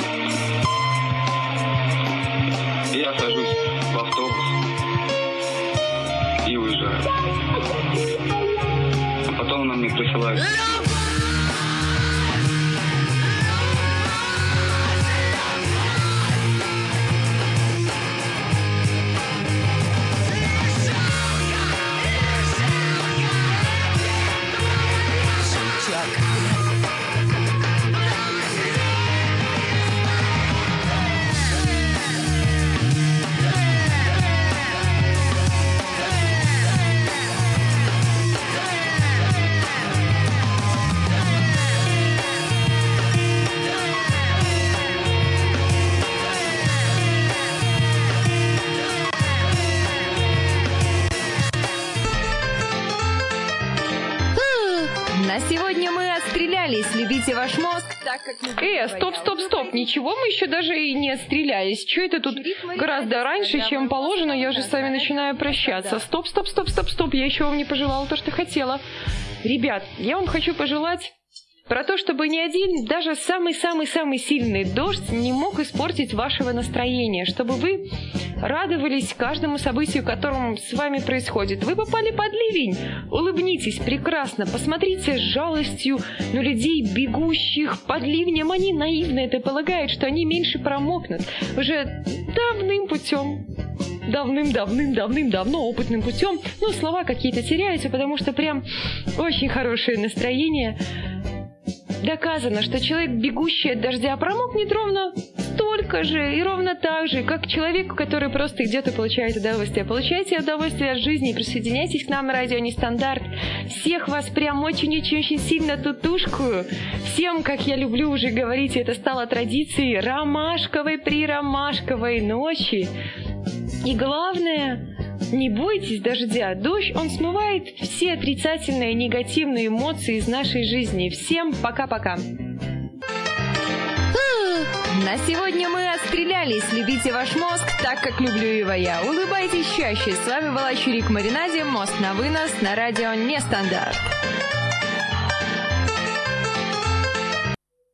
Speaker 6: И я сажусь в автобус и уезжаю. А потом она мне присылает.
Speaker 3: На сегодня мы отстрелялись. Любите ваш мозг. так как люблю
Speaker 1: Э,
Speaker 3: его
Speaker 1: стоп,
Speaker 3: я.
Speaker 1: стоп, стоп, ничего, мы еще даже и не отстрелялись. Че это тут гораздо раньше, чем положено, я уже с вами начинаю прощаться. Стоп, стоп, стоп, стоп, стоп, я еще вам не пожелала то, что хотела. Ребят, я вам хочу пожелать про то, чтобы ни один, даже самый-самый-самый сильный дождь не мог испортить вашего настроения, чтобы вы радовались каждому событию, которое с вами происходит. Вы попали под ливень, улыбнитесь прекрасно, посмотрите с жалостью на людей, бегущих под ливнем. Они наивно это полагают, что они меньше промокнут. Уже давным путем, давным-давным-давным-давно опытным путем, ну, слова какие-то теряются, потому что прям очень хорошее настроение. Доказано, что человек, бегущий от дождя, промокнет ровно столько же и ровно так же, как человек, который просто идет и получает удовольствие. Получайте удовольствие от жизни и присоединяйтесь к нам на радио Нестандарт. Всех вас прям очень-очень-очень сильно тутушкую. Всем, как я люблю уже говорить, это стало традицией, ромашковой при ромашковой ночи. И главное... Не бойтесь дождя. Дождь, он смывает все отрицательные, негативные эмоции из нашей жизни. Всем пока-пока.
Speaker 3: На сегодня мы отстрелялись. Любите ваш мозг так, как люблю его я. Улыбайтесь чаще. С вами была Чирик Маринаде. Мозг на вынос на радио Нестандарт.